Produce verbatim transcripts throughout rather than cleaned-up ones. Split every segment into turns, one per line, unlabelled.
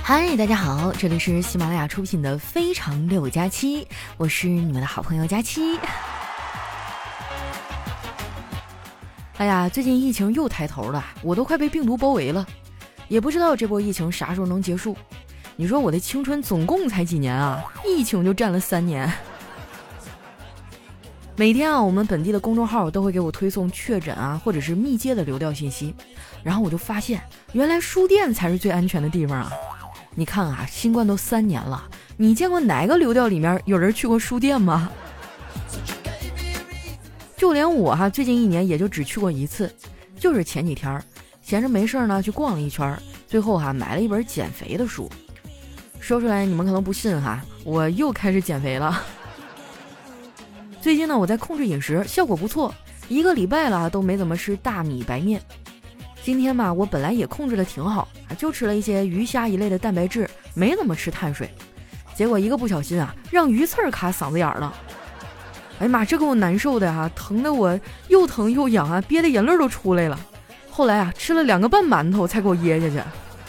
嗨，大家好，这里是喜马拉雅出品的非常六加七，我是你们的好朋友佳期。哎呀，最近疫情又抬头了，我都快被病毒包围了，也不知道这波疫情啥时候能结束。你说我的青春总共才几年啊，疫情就占了三年。每天啊，我们本地的公众号都会给我推送确诊啊或者是密接的流调信息，然后我就发现原来书店才是最安全的地方啊。你看啊，新冠都三年了，你见过哪个流调里面有人去过书店吗？就连我哈、啊，最近一年也就只去过一次，就是前几天闲着没事呢去逛了一圈，最后哈、啊、买了一本减肥的书。说出来你们可能不信哈，我又开始减肥了。最近呢我在控制饮食，效果不错，一个礼拜了都没怎么吃大米白面。今天吧，我本来也控制的挺好啊，就吃了一些鱼虾一类的蛋白质，没怎么吃碳水。结果一个不小心啊，让鱼刺儿卡嗓子眼儿了。哎呀妈，这给我难受的啊，疼的我又疼又痒啊，憋的眼泪都出来了。后来啊，吃了两个半馒头才给我噎下去。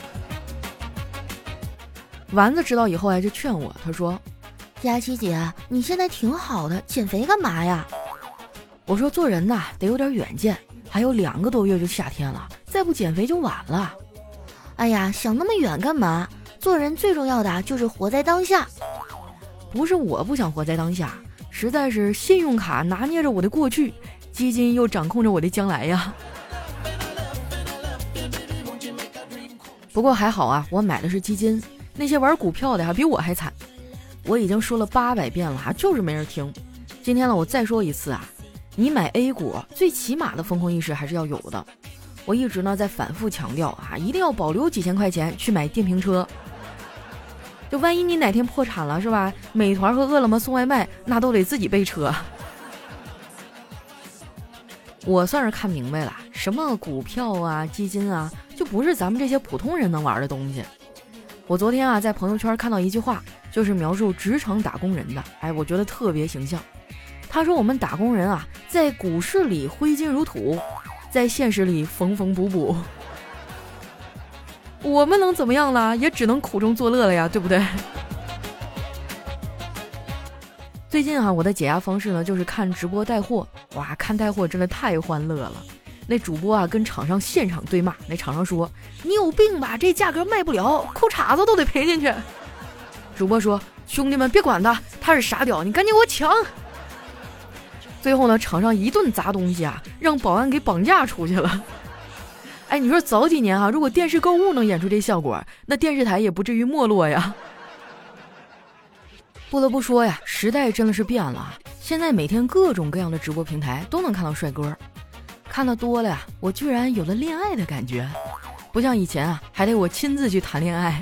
丸子知道以后啊，就劝我，他说：“佳琪姐，你现在挺好的，减肥干嘛呀？”我说：“做人呐，得有点远见，还有两个多月就夏天了。”再不减肥就晚了。哎呀，想那么远干嘛？做人最重要的就是活在当下。不是我不想活在当下，实在是信用卡拿捏着我的过去，基金又掌控着我的将来呀。不过还好啊，我买的是基金，那些玩股票的还比我还惨。我已经说了八百遍了，就是没人听。今天呢，我再说一次啊，你买 A 股最起码的风控意识还是要有的。我一直呢在反复强调啊，一定要保留几千块钱去买电瓶车。就万一你哪天破产了是吧？美团和饿了么送外卖那都得自己备车。我算是看明白了，什么股票啊、基金啊，就不是咱们这些普通人能玩的东西。我昨天啊在朋友圈看到一句话，就是描述职场打工人的，哎，我觉得特别形象。他说我们打工人啊，在股市里挥金如土，在现实里缝缝补补，我们能怎么样了？也只能苦中作乐了呀，对不对？最近啊，我的解压方式呢，就是看直播带货。哇，看带货真的太欢乐了。那主播啊，跟厂商现场对骂，那厂商说：“你有病吧？这价格卖不了，扣叉子都得赔进去。”主播说：“兄弟们，别管他，他是傻屌，你赶紧给我抢。”最后呢，厂商一顿砸东西啊，让保安给绑架出去了。哎，你说早几年啊，如果电视购物能演出这效果，那电视台也不至于没落呀。不得不说呀，时代真的是变了。现在每天各种各样的直播平台都能看到帅哥，看得多了呀，我居然有了恋爱的感觉，不像以前啊，还得我亲自去谈恋爱。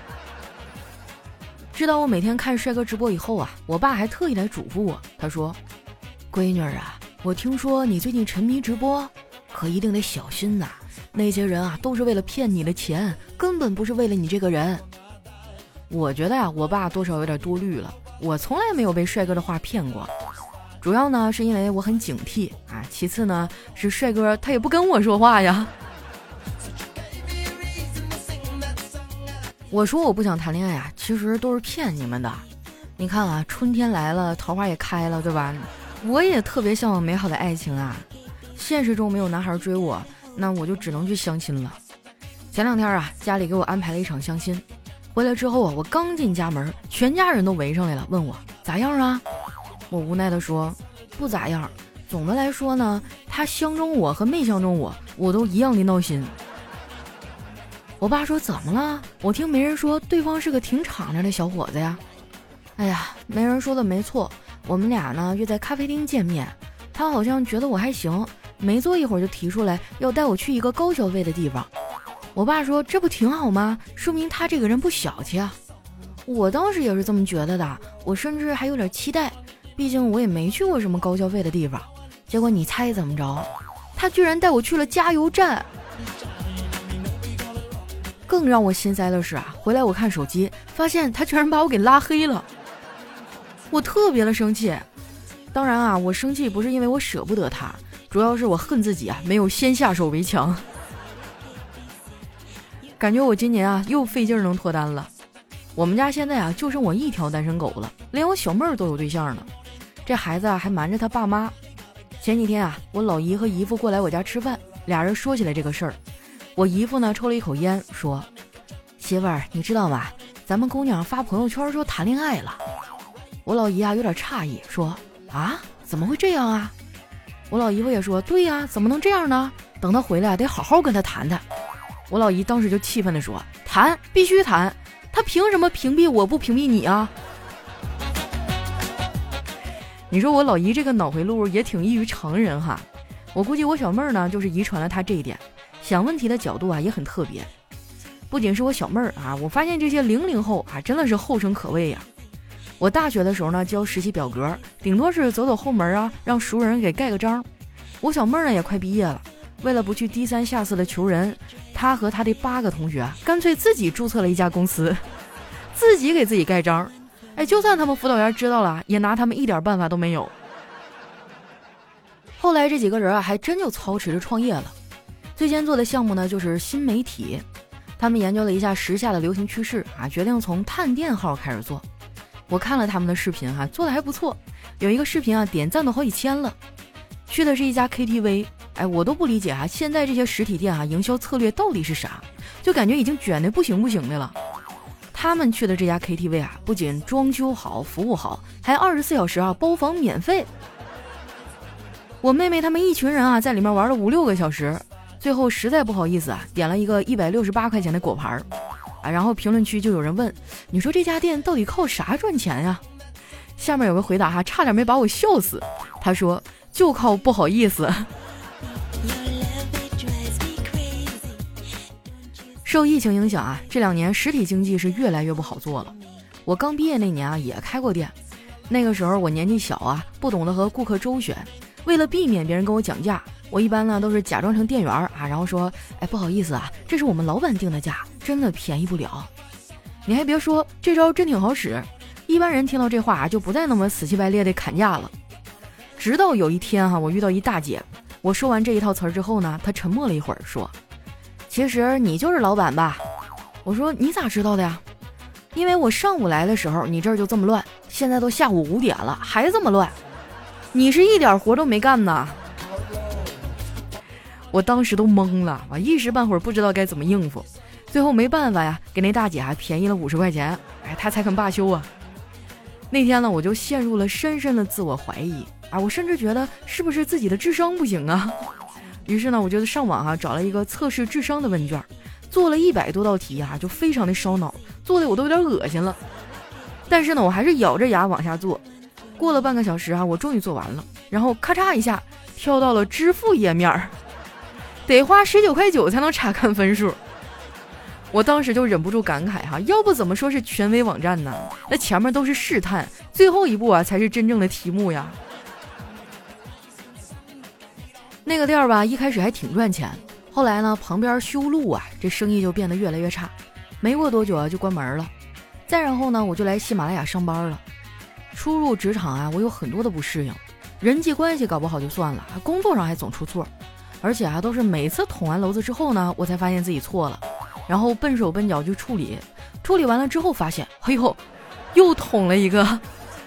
知道我每天看帅哥直播以后啊，我爸还特意来嘱咐我，他说：“闺女啊，我听说你最近沉迷直播，可一定得小心呐。那些人啊，都是为了骗你的钱，根本不是为了你这个人。”我觉得呀、啊，我爸多少有点多虑了。我从来没有被帅哥的话骗过，主要呢是因为我很警惕啊，其次呢是帅哥他也不跟我说话呀。我说我不想谈恋爱啊，其实都是骗你们的。你看啊，春天来了，桃花也开了，对吧？我也特别向往美好的爱情啊。现实中没有男孩追我，那我就只能去相亲了。前两天啊，家里给我安排了一场相亲，回来之后啊，我刚进家门，全家人都围上来了，问我咋样啊？我无奈地说不咋样。总的来说呢，他相中我和没相中我，我都一样的闹心。我爸说怎么了？我听媒人说对方是个挺敞亮的小伙子呀。哎呀，媒人说的没错，我们俩呢约在咖啡厅见面，他好像觉得我还行，没坐一会儿就提出来要带我去一个高消费的地方。我爸说这不挺好吗？说明他这个人不小气啊。我当时也是这么觉得的，我甚至还有点期待，毕竟我也没去过什么高消费的地方。结果你猜怎么着？他居然带我去了加油站。更让我心塞的是啊，回来我看手机，发现他居然把我给拉黑了。我特别的生气。当然啊，我生气不是因为我舍不得他，主要是我恨自己啊，没有先下手为强。 感觉我今年啊又费劲能脱单了。我们家现在啊就剩我一条单身狗了，连我小妹儿都有对象呢。这孩子啊还瞒着他爸妈。前几天啊，我老姨和姨父过来我家吃饭，俩人说起来这个事儿。我姨父呢抽了一口烟，说：“媳妇儿，你知道吗？咱们姑娘发朋友圈说谈恋爱了。”我老姨啊有点诧异，说：“啊，怎么会这样啊？”我老姨夫也说：“对呀、啊，怎么能这样呢？等他回来得好好跟他谈谈。”我老姨当时就气愤地说：“谈，必须谈，他凭什么屏蔽我不屏蔽你啊？”你说我老姨这个脑回路也挺异于常人哈。我估计我小妹儿呢就是遗传了她这一点，想问题的角度啊也很特别。不仅是我小妹儿啊，我发现这些零零后啊真的是后生可畏呀。我大学的时候呢交实习表格，顶多是走走后门啊，让熟人给盖个章。我小妹儿呢也快毕业了，为了不去低三下四的求人，她和她的八个同学啊干脆自己注册了一家公司，自己给自己盖章。哎，就算他们辅导员知道了，也拿他们一点办法都没有。后来这几个人啊，还真就操持着创业了。最先做的项目呢，就是新媒体。他们研究了一下时下的流行趋势啊，决定从探店号开始做。我看了他们的视频哈、啊，做的还不错。有一个视频啊，点赞都好几千了。去的是一家 K T V， 哎，我都不理解哈、啊，现在这些实体店啊，营销策略到底是啥？就感觉已经卷得不行不行的了。他们去的这家 K T V 啊，不仅装修好、服务好，还二十四小时啊包房免费。我妹妹他们一群人啊，在里面玩了五六个小时，最后实在不好意思啊，点了一个一百六十八块钱的果盘啊。然后评论区就有人问：“你说这家店到底靠啥赚钱呀？”下面有个回答哈，差点没把我笑死。他说：“就靠不好意思。”受疫情影响啊，这两年实体经济是越来越不好做了。我刚毕业那年啊，也开过店。那个时候我年纪小啊，不懂得和顾客周旋。为了避免别人跟我讲价，我一般呢都是假装成店员啊，然后说：“哎，不好意思啊，这是我们老板定的价，真的便宜不了。”你还别说，这招真挺好使。一般人听到这话啊，就不再那么死气白咧的砍价了。直到有一天哈、啊，我遇到一大姐，我说完这一套词儿之后呢，她沉默了一会儿，说：“其实你就是老板吧？”我说：“你咋知道的呀？”因为我上午来的时候你这儿就这么乱，现在都下午五点了还这么乱，你是一点活都没干呢。我当时都懵了，我一时半会儿不知道该怎么应付，最后没办法呀，给那大姐还便宜了五十块钱，哎，她才肯罢休啊。那天呢，我就陷入了深深的自我怀疑啊，我甚至觉得是不是自己的智商不行啊？于是呢，我就上网哈、啊、找了一个测试智商的问卷，做了一百多道题啊，就非常的烧脑，做的我都有点恶心了。但是呢，我还是咬着牙往下做。过了半个小时啊，我终于做完了，然后咔嚓一下跳到了支付页面，得花十九块九才能查看分数。我当时就忍不住感慨哈，要不怎么说是权威网站呢？那前面都是试探，最后一步啊才是真正的题目呀。那个店吧，一开始还挺赚钱，后来呢，旁边修路啊，这生意就变得越来越差，没过多久啊就关门了。再然后呢，我就来喜马拉雅上班了。初入职场啊，我有很多的不适应，人际关系搞不好就算了，工作上还总出错，而且啊都是每次捅完娄子之后呢，我才发现自己错了，然后笨手笨脚去处理，处理完了之后发现，哎呦，又捅了一个。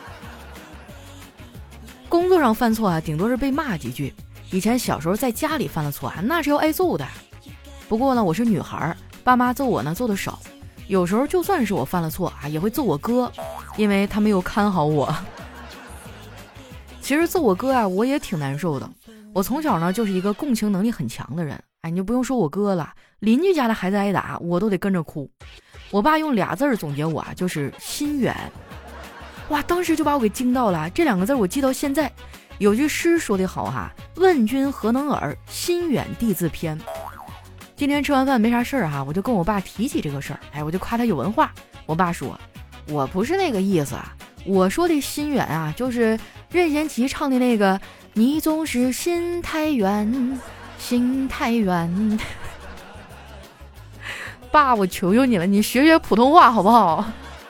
工作上犯错啊，顶多是被骂几句。以前小时候在家里犯了错啊，那是要挨揍的。不过呢，我是女孩，爸妈揍我呢揍的少，有时候就算是我犯了错啊，也会揍我哥，因为他没有看好我。其实揍我哥啊，我也挺难受的。我从小呢就是一个共情能力很强的人，哎，你就不用说我哥了，邻居家的孩子挨打，我都得跟着哭。我爸用俩字儿总结我啊，就是心远。哇，当时就把我给惊到了，这两个字我记到现在。有句诗说得好哈，问君何能尔，心远地自偏。今天吃完饭没啥事儿哈，我就跟我爸提起这个事儿，哎，我就夸他有文化。我爸说，我不是那个意思啊，我说的心远啊，就是任贤齐唱的那个你总是心太远，心太远。爸，我求求你了，你学学普通话好不好？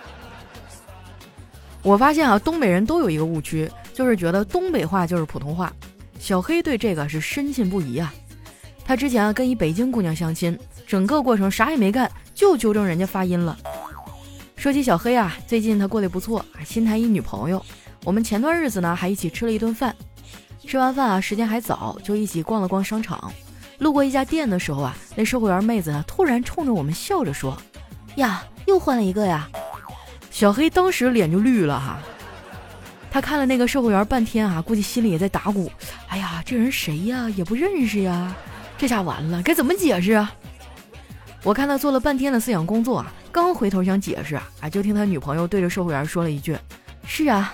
我发现啊，东北人都有一个误区，就是觉得东北话就是普通话。小黑对这个是深信不疑啊。他之前啊跟一北京姑娘相亲， 整个过程啥也没干，就纠正人家发音了。说起小黑啊，最近他过得不错，新谈一女朋友。我们前段日子呢还一起吃了一顿饭，吃完饭啊时间还早，就一起逛了逛商场。路过一家店的时候啊，那售货员妹子啊突然冲着我们笑着说：“呀，又换了一个呀！”小黑当时脸就绿了哈。他看了那个售货员半天啊，估计心里也在打鼓。哎呀，这人谁呀？也不认识呀，这下完了，该怎么解释啊？我看他做了半天的思想工作啊，刚回头想解释啊，就听他女朋友对着售货员说了一句：“是啊。”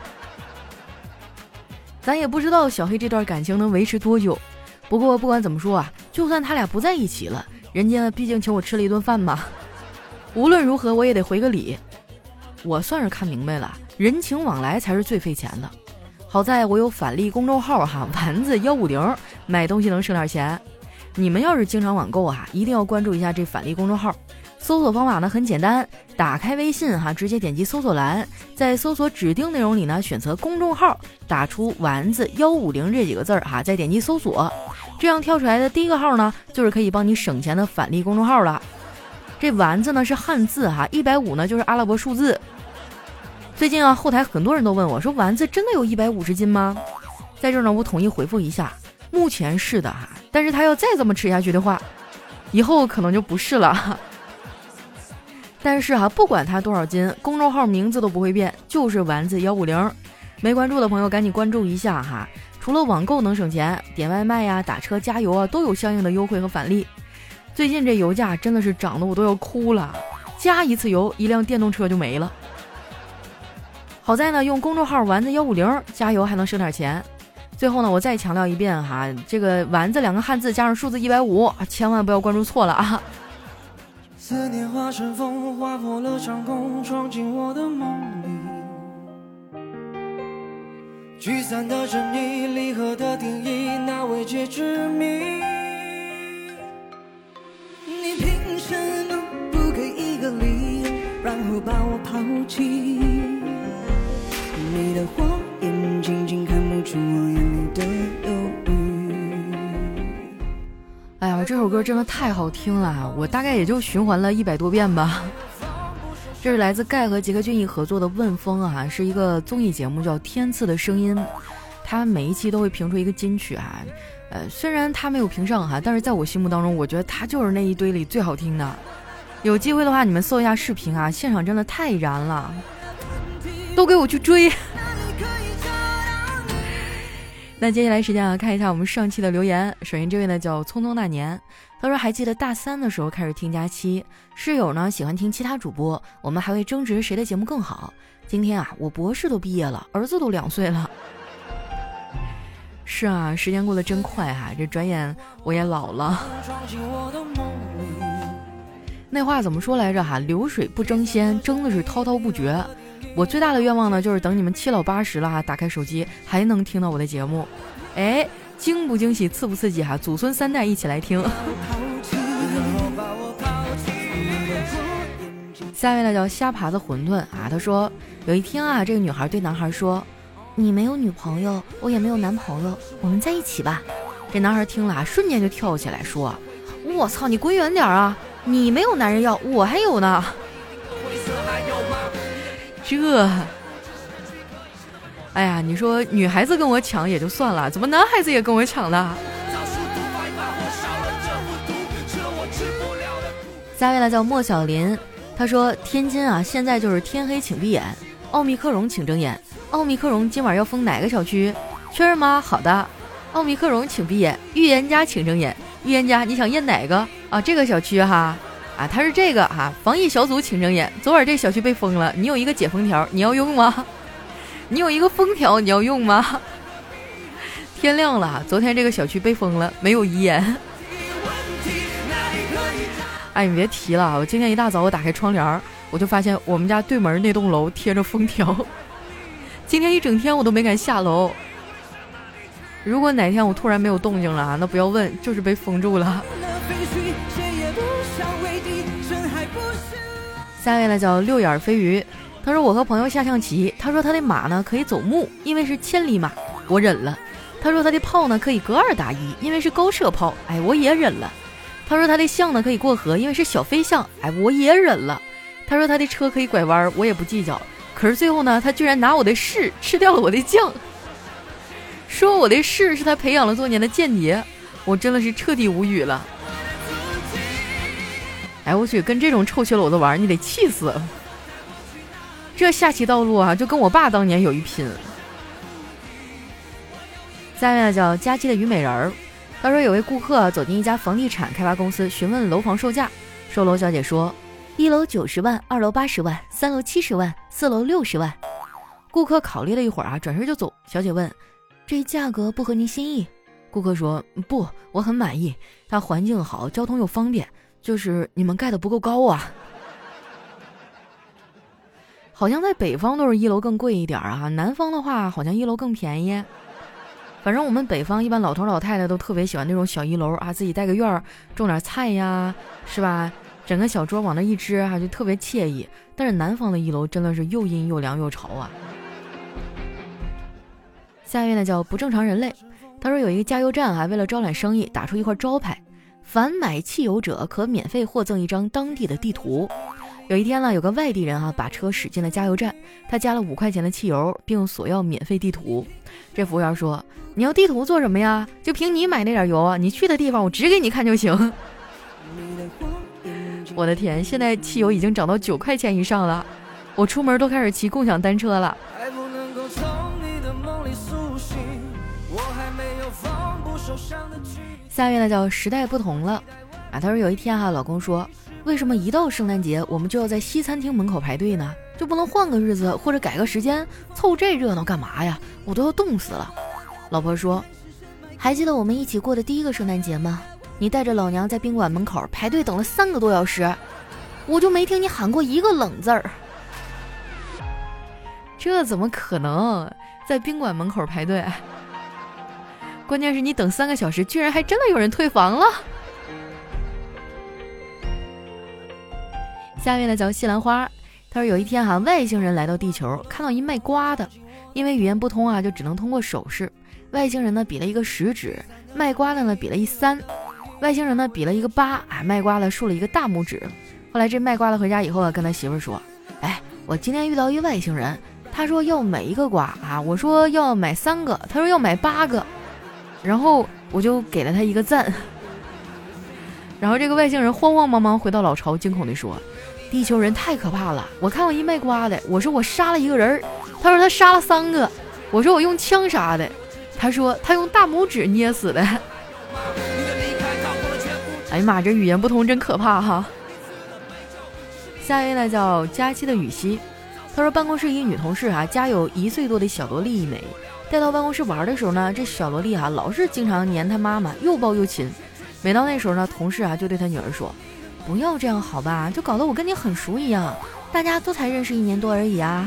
咱也不知道小黑这段感情能维持多久。不过不管怎么说啊，就算他俩不在一起了，人家毕竟请我吃了一顿饭嘛，无论如何我也得回个礼。我算是看明白了，人情往来才是最费钱的。好在我有返利公众号哈，丸子一五零，买东西能省点钱。你们要是经常网购啊，一定要关注一下这返利公众号。搜索方法呢很简单，打开微信哈，直接点击搜索栏，在搜索指定内容里呢选择公众号，打出丸子一五零这几个字哈，再点击搜索，这样跳出来的第一个号呢就是可以帮你省钱的返利公众号了。这丸子呢是汉字哈，一百五呢就是阿拉伯数字。最近啊后台很多人都问我说，丸子真的有一百五十斤吗？在这儿呢我统一回复一下，目前是的哈，但是他要再这么吃下去的话，以后可能就不是了。但是哈、啊，不管它多少斤，公众号名字都不会变，就是丸子一五零。没关注的朋友赶紧关注一下哈。除了网购能省钱，点外卖呀、打车、加油啊都有相应的优惠和返利。最近这油价真的是涨得我都要哭了，加一次油，一辆电动车就没了。好在呢，用公众号丸子一五零加油还能省点钱。最后呢，我再强调一遍哈，这个丸子两个汉字加上数字一百五，千万不要关注错了啊。
思念化成风，划破了长空，闯进我的梦里。聚散的真意，离合的定义，那未解之谜。你凭什么不给一个理由，然后把我抛弃？你的谎言轻轻看不出我眼里的忧郁。
哎呀，这首歌真的太好听了，我大概也就循环了一百多遍吧。这是来自盖和杰克隽逸合作的《问风》啊，是一个综艺节目叫《天赐的声音》，他每一期都会评出一个金曲啊。呃，虽然他没有评上哈，但是在我心目当中，我觉得他就是那一堆里最好听的。有机会的话，你们搜一下视频啊，现场真的太燃了，都给我去追。那接下来时间啊，看一下我们上期的留言。首先这位呢叫匆匆那年，他说还记得大三的时候开始听佳期，室友呢喜欢听其他主播，我们还会争执谁的节目更好。今天啊，我博士都毕业了，儿子都两岁了。是啊，时间过得真快啊，这转眼我也老了。那话怎么说来着哈？流水不争先，争的是滔滔不绝。我最大的愿望呢，就是等你们七老八十了哈，打开手机还能听到我的节目。哎，惊不惊喜，刺不刺激哈？祖孙三代一起来听。下位呢叫虾爬子馄饨啊，他说有一天啊，这个女孩对男孩说：“你没有女朋友，我也没有男朋友，我们在一起吧。”这男孩听了啊，瞬间就跳起来说：“我操，你滚远点啊！你没有男人要，我还有呢。”这，哎呀，你说女孩子跟我抢也就算了，怎么男孩子也跟我抢了？下位呢叫莫小林，他说天津啊，现在就是天黑请闭眼，奥密克戎请睁眼。奥密克戎今晚要封哪个小区？确认吗？好的。奥密克戎请闭眼，预言家请睁眼。预言家，你想验哪个啊？这个小区哈。啊，他是这个哈、啊，防疫小组请睁眼。昨晚这小区被封了，你有一个解封条，你要用吗？你有一个封条，你要用吗？天亮了，昨天这个小区被封了，没有遗言。哎，你别提了，我今天一大早我打开窗帘，我就发现我们家对门那栋楼贴着封条。今天一整天我都没敢下楼。如果哪天我突然没有动静了，那不要问，就是被封住了。下位呢叫六眼飞鱼，他说我和朋友下象棋，他说他的马呢可以走木，因为是千里马，我忍了。他说他的炮呢可以隔二打一，因为是高射炮，哎，我也忍了。他他说他的象呢可以过河，因为是小飞象，哎，我也忍了。他说他的车可以拐弯，我也不计较。可是最后呢，他居然拿我的柿吃掉了我的酱，说我的柿是他培养了多年的间谍，我真的是彻底无语了。哎，我去，跟这种臭缺篓子玩，你得气死！这下棋道路啊，就跟我爸当年有一拼。下面叫佳期的虞美人儿，他说有位顾客走进一家房地产开发公司，询问楼房售价，售楼小姐说，一楼九十万，二楼八十万，三楼七十万，四楼六十万。顾客考虑了一会儿啊，转身就走。小姐问，这价格不合您心意？顾客说，不，我很满意，它环境好，交通又方便，就是你们盖的不够高啊。好像在北方都是一楼更贵一点啊，南方的话好像一楼更便宜。反正我们北方一般老头老太太都特别喜欢那种小一楼啊，自己带个院儿，种点菜呀，是吧？整个小桌往那一支啊，就特别惬意。但是南方的一楼真的是又阴又凉又潮啊。下一位呢叫不正常人类，他说有一个加油站啊，为了招揽生意，打出一块招牌，凡买汽油者可免费获赠一张当地的地图。有一天呢，有个外地人啊，把车驶进了加油站，他加了五块钱的汽油，并索要免费地图。这服务员说，你要地图做什么呀？就凭你买那点油啊，你去的地方我指给你看就行。我的天，现在汽油已经涨到九块钱以上了，我出门都开始骑共享单车了。下面呢叫时代不同了啊，他说有一天哈、啊，老公说，为什么一到圣诞节我们就要在西餐厅门口排队呢？就不能换个日子或者改个时间，凑这热闹干嘛呀？我都要冻死了。老婆说，还记得我们一起过的第一个圣诞节吗？你带着老娘在宾馆门口排队等了三个多小时，我就没听你喊过一个冷字儿。这怎么可能？在宾馆门口排队，关键是你等三个小时，居然还真的有人退房了。下面呢叫西兰花，他说有一天哈、啊，外星人来到地球，看到一卖瓜的，因为语言不通啊，就只能通过手势。外星人呢比了一个食指，卖瓜的呢比了一三，外星人呢比了一个八，啊，卖瓜的竖了一个大拇指。后来这卖瓜的回家以后啊，跟他媳妇说，哎，我今天遇到一外星人，他说要买一个瓜啊，我说要买三个，他说要买八个，然后我就给了他一个赞。然后这个外星人慌慌忙忙回到老巢，惊恐地说，地球人太可怕了，我看过一卖瓜的，我说我杀了一个人，他说他杀了三个，我说我用枪杀的，他说他用大拇指捏死的。哎呀妈，这语言不通真可怕哈。下一位呢叫佳期的雨熙，他说办公室一女同事啊，家有一岁多的小萝莉一枚，带到办公室玩的时候呢，这小萝莉啊老是经常黏她妈妈，又抱又亲。每到那时候呢，同事啊就对他女儿说，不要这样好吧，就搞得我跟你很熟一样，大家都才认识一年多而已啊。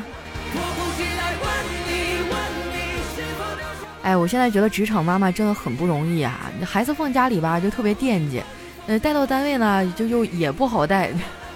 哎，我现在觉得职场妈妈真的很不容易啊，孩子放家里吧就特别惦记，呃，带到单位呢就又也不好带。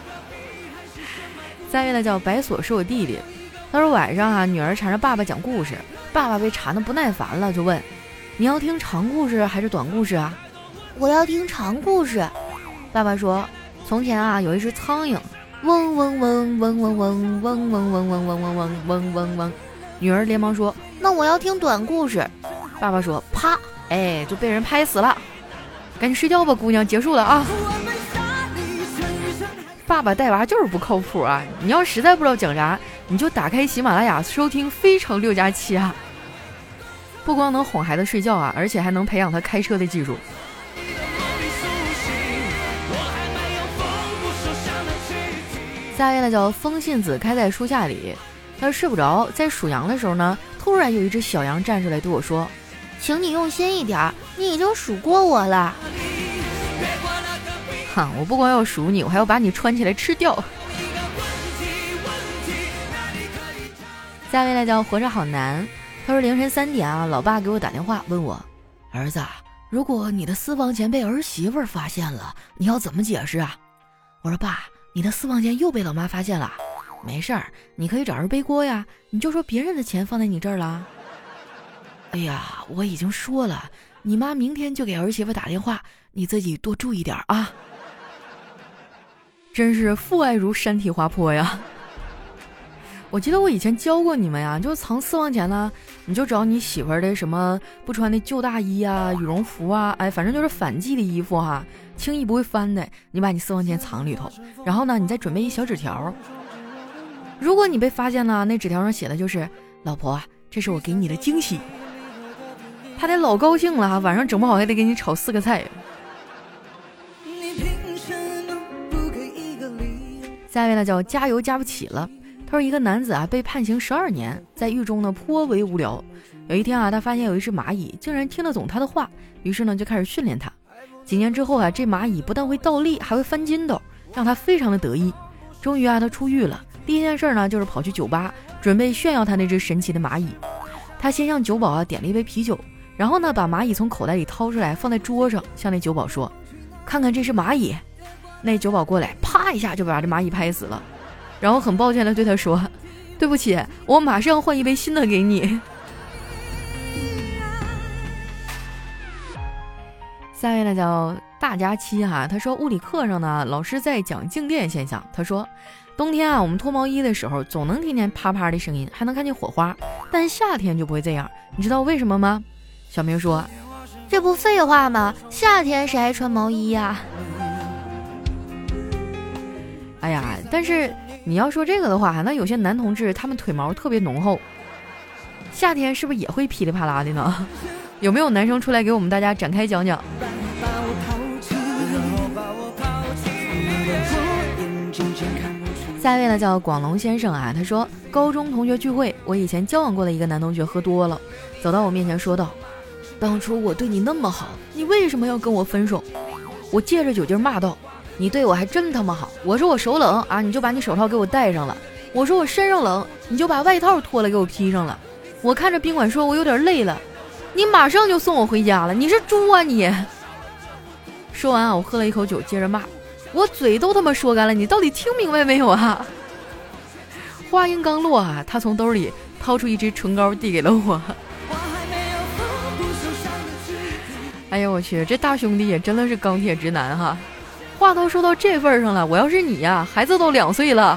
三位呢叫白锁是我弟弟，他说晚上啊，女儿缠着爸爸讲故事，爸爸被缠得不耐烦了，就问，你要听长故事还是短故事啊？我要听长故事。爸爸说，从前啊有一只苍蝇，嗡嗡嗡嗡嗡嗡嗡嗡嗡嗡嗡嗡嗡嗡嗡嗡。女儿连忙说，那我要听短故事。爸爸说，啪，哎，就被人拍死了。赶紧睡觉吧，姑娘，结束了啊。爸爸带娃就是不靠谱啊！你要实在不知道讲啥，你就打开喜马拉雅收听《非常六加七》啊。不光能哄孩子睡觉啊，而且还能培养他开车的技术。下一位呢叫风信子开在树下里，他睡不着，在数羊的时候呢，突然有一只小羊站出来对我说，请你用心一点，你已经数过我了。哈，我不光要数你，我还要把你穿起来吃掉。下一位呢叫活着好难，他说凌晨三点啊，老爸给我打电话问我，儿子，如果你的私房钱被儿媳妇发现了，你要怎么解释啊？我说爸，你的私房钱又被老妈发现了。没事儿，你可以找人背锅呀，你就说别人的钱放在你这儿了。 哎呀，我已经说了，你妈明天就给儿媳妇打电话，你自己多注意点啊。真是父爱如山体滑坡呀。我记得我以前教过你们呀，就藏私房钱呢，你就找你媳妇儿的什么不穿的旧大衣啊、羽绒服啊，哎，反正就是反季的衣服哈，轻易不会翻的，你把你私房钱藏里头，然后呢，你再准备一小纸条。如果你被发现了，那纸条上写的就是老婆啊，这是我给你的惊喜。他得老高兴了，晚上整不好还得给你炒四个菜。下一位呢叫加油加不起了。他说一个男子啊被判刑十二年，在狱中呢颇为无聊。有一天啊，他发现有一只蚂蚁竟然听得懂他的话，于是呢就开始训练它。几年之后啊，这蚂蚁不但会倒立，还会翻筋斗，让他非常的得意。终于啊，他出狱了。第一件事呢就是跑去酒吧，准备炫耀他那只神奇的蚂蚁。他先向酒保啊点了一杯啤酒，然后呢把蚂蚁从口袋里掏出来放在桌上，向那酒保说：“看看这是蚂蚁。”那酒保过来，啪一下就把这蚂蚁拍死了。然后很抱歉的对他说：“对不起，我马上换一杯新的给你。”下位呢叫大家期哈，他说物理课上呢，老师在讲静电现象。他说，冬天啊，我们脱毛衣的时候总能听见啪啪的声音，还能看见火花，但夏天就不会这样。你知道为什么吗？小明说：“这不废话吗？夏天谁还穿毛衣呀？”哎呀，但是你要说这个的话，那有些男同志他们腿毛特别浓厚，夏天是不是也会噼里啪啦的呢？有没有男生出来给我们大家展开讲讲？下一位呢叫广龙先生啊，他说高中同学聚会，我以前交往过的一个男同学喝多了，走到我面前说道：“当初我对你那么好，你为什么要跟我分手？”我借着酒劲骂道：“你对我还真他妈好！我说我手冷啊，你就把你手套给我戴上了；我说我身上冷，你就把外套脱了给我披上了；我看着宾馆说我有点累了，你马上就送我回家了，你是猪啊你！”说完啊，我喝了一口酒，接着骂：“我嘴都他妈说干了，你到底听明白没有啊？”话音刚落啊，他从兜里掏出一支唇膏递给了我。哎呀，我去，这大兄弟也真的是钢铁直男哈！话都说到这份上了，我要是你呀，孩子都两岁了。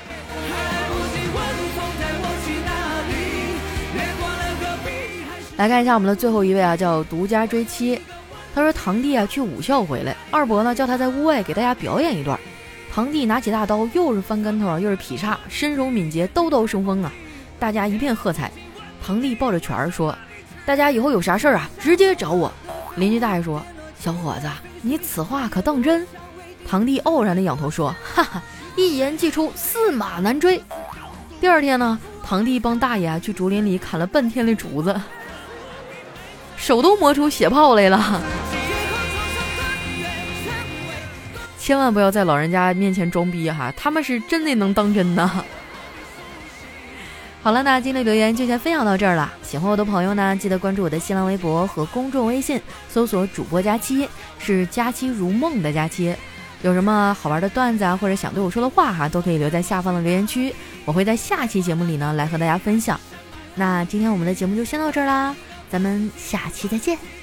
来看一下我们的最后一位啊，叫独家追妻。他说堂弟啊去武校回来，二伯呢叫他在屋外给大家表演一段。堂弟拿起大刀，又是翻跟头又是劈叉，身手敏捷，刀刀生风啊！大家一片喝彩。堂弟抱着拳儿说：“大家以后有啥事儿啊，直接找我。”邻居大爷说：“小伙子，你此话可当真？”堂弟傲然的仰头说：“哈哈，一言既出，驷马难追。”第二天呢，堂弟帮大爷去竹林里砍了半天的竹子，手都磨出血泡来了。千万不要在老人家面前装逼哈，他们是真的能当真的。好了，那今天的留言就先分享到这儿了。喜欢我的朋友呢，记得关注我的新浪微博和公众微信，搜索主播佳期，是佳期如梦的佳期。有什么好玩的段子啊，或者想对我说的话哈，都可以留在下方的留言区，我会在下期节目里呢来和大家分享。那今天我们的节目就先到这儿啦，咱们下期再见。